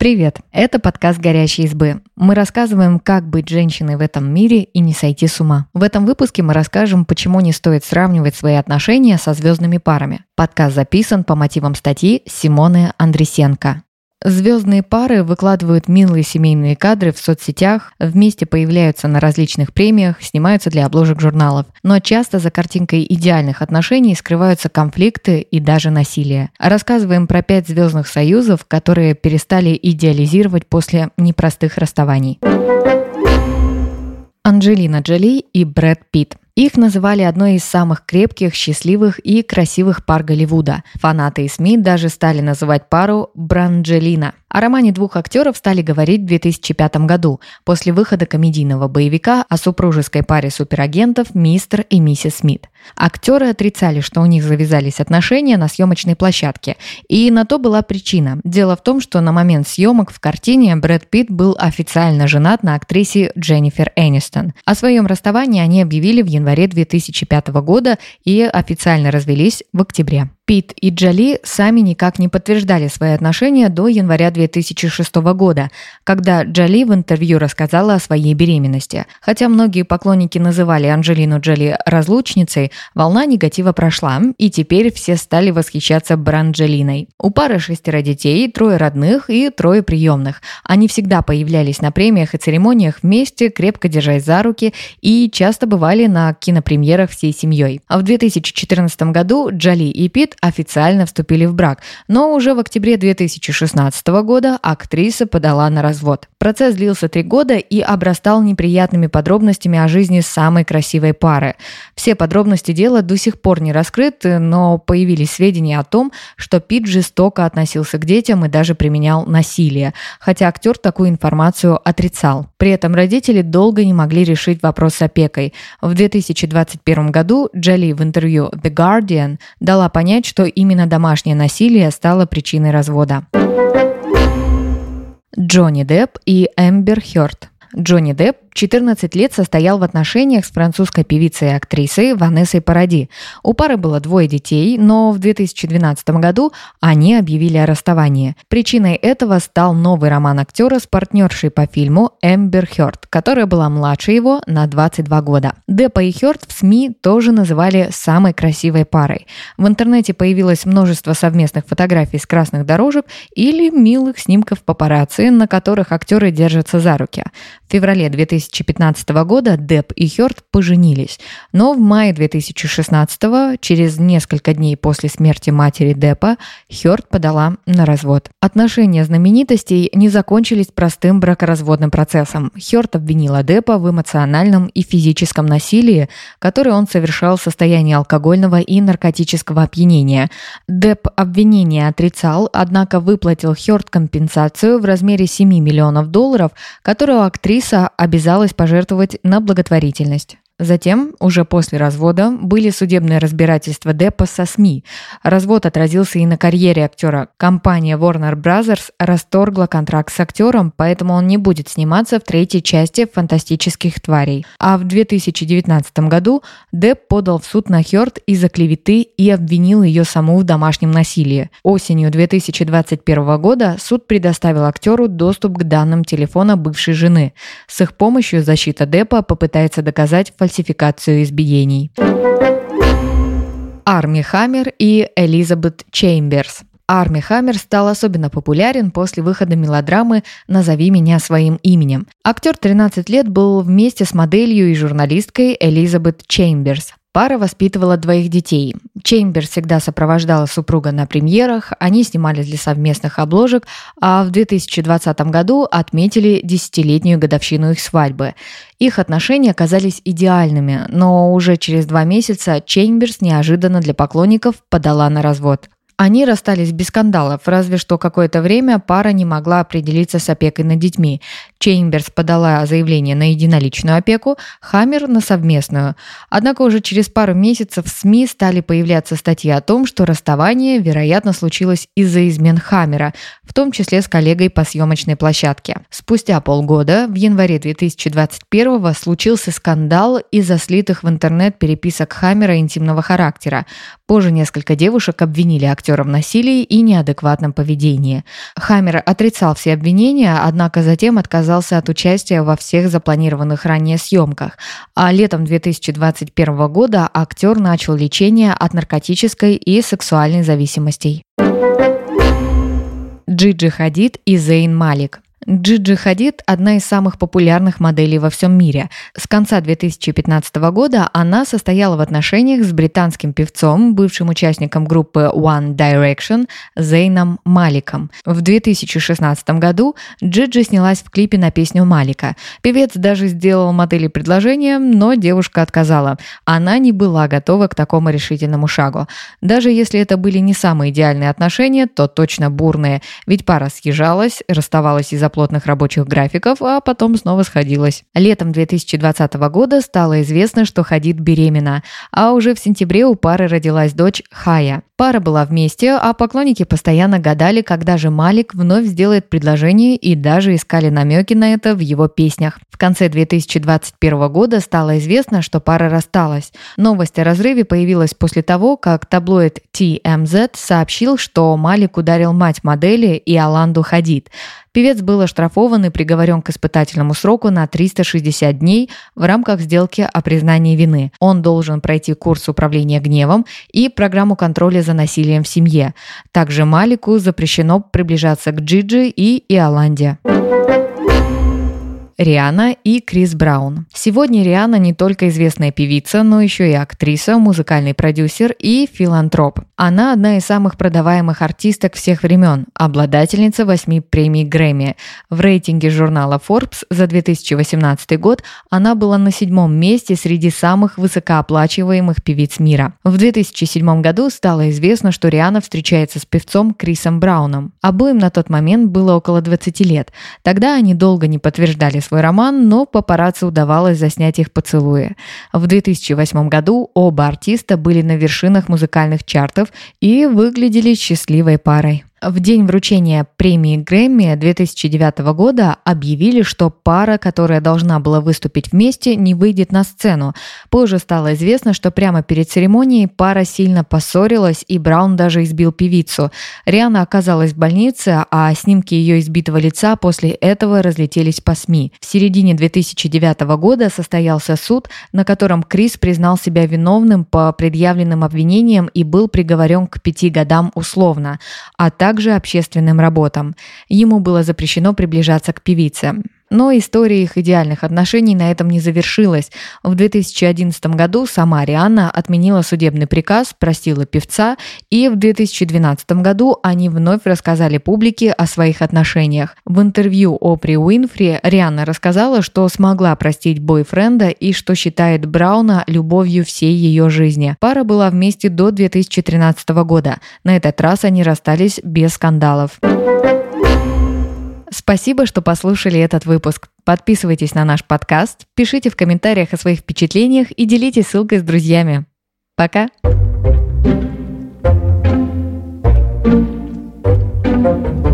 Привет! Это подкаст «Горящие избы». Мы рассказываем, как быть женщиной в этом мире и не сойти с ума. В этом выпуске мы расскажем, почему не стоит сравнивать свои отношения со звездными парами. Подкаст записан по мотивам статьи Симоны Андресенко. Звездные пары выкладывают милые семейные кадры в соцсетях, вместе появляются на различных премиях, снимаются для обложек журналов. Но часто за картинкой идеальных отношений скрываются конфликты и даже насилие. Рассказываем про 5 звездных союзов, которые перестали идеализировать после непростых расставаний. Анджелина Джоли и Брэд Питт. Их называли одной из самых крепких, счастливых и красивых пар Голливуда. Фанаты и СМИ даже стали называть пару «Бранджелина». О романе двух актеров стали говорить в 2005 году, после выхода комедийного боевика о супружеской паре суперагентов «Мистер и миссис Смит». Актеры отрицали, что у них завязались отношения на съемочной площадке, и на то была причина. Дело в том, что на момент съемок в картине Брэд Питт был официально женат на актрисе Дженнифер Энистон. О своем расставании они объявили в январе 2005 года и официально развелись в октябре. Питт и Джоли сами никак не подтверждали свои отношения до января 2006 года, когда Джоли в интервью рассказала о своей беременности. Хотя многие поклонники называли Анджелину Джоли разлучницей, волна негатива прошла, и теперь все стали восхищаться Бранджелиной. У пары 6 детей, 3 родных и 3 приемных. Они всегда появлялись на премиях и церемониях вместе, крепко держась за руки, и часто бывали на кинопремьерах всей семьей. А в 2014 году Джоли и Питт официально вступили в брак, но уже в октябре 2016 года актриса подала на развод. Процесс длился 3 года и обрастал неприятными подробностями о жизни самой красивой пары. Все подробности дела до сих пор не раскрыты, но появились сведения о том, что Питт жестоко относился к детям и даже применял насилие, хотя актер такую информацию отрицал. При этом родители долго не могли решить вопрос с опекой. В 2021 году Джоли в интервью The Guardian дала понять, что именно домашнее насилие стало причиной развода. Джонни Депп и Эмбер Хёрд. Джонни Депп 14 лет состоял в отношениях с французской певицей и актрисой Ванессой Паради. У пары было 2 детей, но в 2012 году они объявили о расставании. Причиной этого стал новый роман актера с партнершей по фильму Эмбер Хёрд, которая была младше его на 22 года. Деппа и Хёрд в СМИ тоже называли самой красивой парой. В интернете появилось множество совместных фотографий с красных дорожек или милых снимков папарацци, на которых актеры держатся за руки. В феврале 2015 года Депп и Хёрд поженились, но в мае 2016, через несколько дней после смерти матери Деппа, Хёрд подала на развод. Отношения знаменитостей не закончились простым бракоразводным процессом. Хёрд обвинила Деппа в эмоциональном и физическом насилии, которое он совершал в состоянии алкогольного и наркотического опьянения. Депп обвинение отрицал, однако выплатил Хёрд компенсацию в размере $7 миллионов, которую актриса обязалась пожертвовать на благотворительность. Затем, уже после развода, были судебные разбирательства Деппа со СМИ. Развод отразился и на карьере актера. Компания Warner Bros. Расторгла контракт с актером, поэтому он не будет сниматься в 3-й части «Фантастических тварей». А в 2019 году Депп подал в суд на Хёрд из-за клеветы и обвинил ее саму в домашнем насилии. Осенью 2021 года суд предоставил актеру доступ к данным телефона бывшей жены. С их помощью защита Деппа попытается доказать фальсификацию избиений. Арми Хаммер и Элизабет Чеймберс. Арми Хаммер стал особенно популярен после выхода мелодрамы «Назови меня своим именем». Актер 13 лет был вместе с моделью и журналисткой Элизабет Чеймберс. Пара воспитывала 2 детей. Чеймберс всегда сопровождала супруга на премьерах, они снимались для совместных обложек, а в 2020 году отметили 10-летнюю годовщину их свадьбы. Их отношения оказались идеальными, но уже через 2 месяца Чеймберс неожиданно для поклонников подала на развод. Они расстались без скандалов, разве что какое-то время пара не могла определиться с опекой над детьми. Чеймберс подала заявление на единоличную опеку, Хаммер на совместную. Однако уже через пару месяцев в СМИ стали появляться статьи о том, что расставание, вероятно, случилось из-за измен Хаммера, в том числе с коллегой по съемочной площадке. Спустя полгода, в январе 2021-го, случился скандал из-за слитых в интернет переписок Хаммера интимного характера. Позже несколько девушек обвинили актера актера в насилии и неадекватном поведении. Хаммер отрицал все обвинения, однако затем отказался от участия во всех запланированных ранее съемках. А летом 2021 года актер начал лечение от наркотической и сексуальной зависимостей. Джиджи Хадид и Зейн Малик. Джиджи Хадид – одна из самых популярных моделей во всем мире. С конца 2015 года она состояла в отношениях с британским певцом, бывшим участником группы One Direction Зейном Маликом. В 2016 году Джиджи снялась в клипе на песню Малика. Певец даже сделал модели предложение, но девушка отказала. Она не была готова к такому решительному шагу. Даже если это были не самые идеальные отношения, то точно бурные, ведь пара съезжалась, расставалась из-за плотных рабочих графиков, а потом снова сходилась. Летом 2020 года стало известно, что Хадид беременна, а уже в сентябре у пары родилась дочь Хая. Пара была вместе, а поклонники постоянно гадали, когда же Малик вновь сделает предложение, и даже искали намеки на это в его песнях. В конце 2021 года стало известно, что пара рассталась. Новость о разрыве появилась после того, как таблоид TMZ сообщил, что Малик ударил мать модели Иоланду Хадид. Певец был оштрафован и приговорен к испытательному сроку на 360 дней в рамках сделки о признании вины. Он должен пройти курс управления гневом и программу контроля за насилием в семье. Также Малику запрещено приближаться к Джиджи и Иоланде. Риhanna и Крис Браун. Сегодня Риhanna не только известная певица, но еще и актриса, музыкальный продюсер и филантроп. Она одна из самых продаваемых артисток всех времен, обладательница 8 премий Грэмми. В рейтинге журнала Forbes за 2018 год она была на 7-м месте среди самых высокооплачиваемых певиц мира. В 2007 году стало известно, что Риhanna встречается с певцом Крисом Брауном. Обоим на тот момент было около 20 лет. Тогда они долго не подтверждали свой роман, но папарацци удавалось заснять их поцелуи. В 2008 году оба артиста были на вершинах музыкальных чартов и выглядели счастливой парой. В день вручения премии Грэмми 2009 года объявили, что пара, которая должна была выступить вместе, не выйдет на сцену. Позже стало известно, что прямо перед церемонией пара сильно поссорилась, и Браун даже избил певицу. Риhanna оказалась в больнице, а снимки ее избитого лица после этого разлетелись по СМИ. В середине 2009 года состоялся суд, на котором Крис признал себя виновным по предъявленным обвинениям и был приговорен к 5 годам условно, а также общественным работам. Ему было запрещено приближаться к певице. Но история их идеальных отношений на этом не завершилась. В 2011 году сама Риhanna отменила судебный приказ, простила певца, и в 2012 году они вновь рассказали публике о своих отношениях. В интервью Опри Уинфри Риhanna рассказала, что смогла простить бойфренда и что считает Брауна любовью всей ее жизни. Пара была вместе до 2013 года. На этот раз они расстались без скандалов. Спасибо, что послушали этот выпуск. Подписывайтесь на наш подкаст, пишите в комментариях о своих впечатлениях и делитесь ссылкой с друзьями. Пока! Thank you.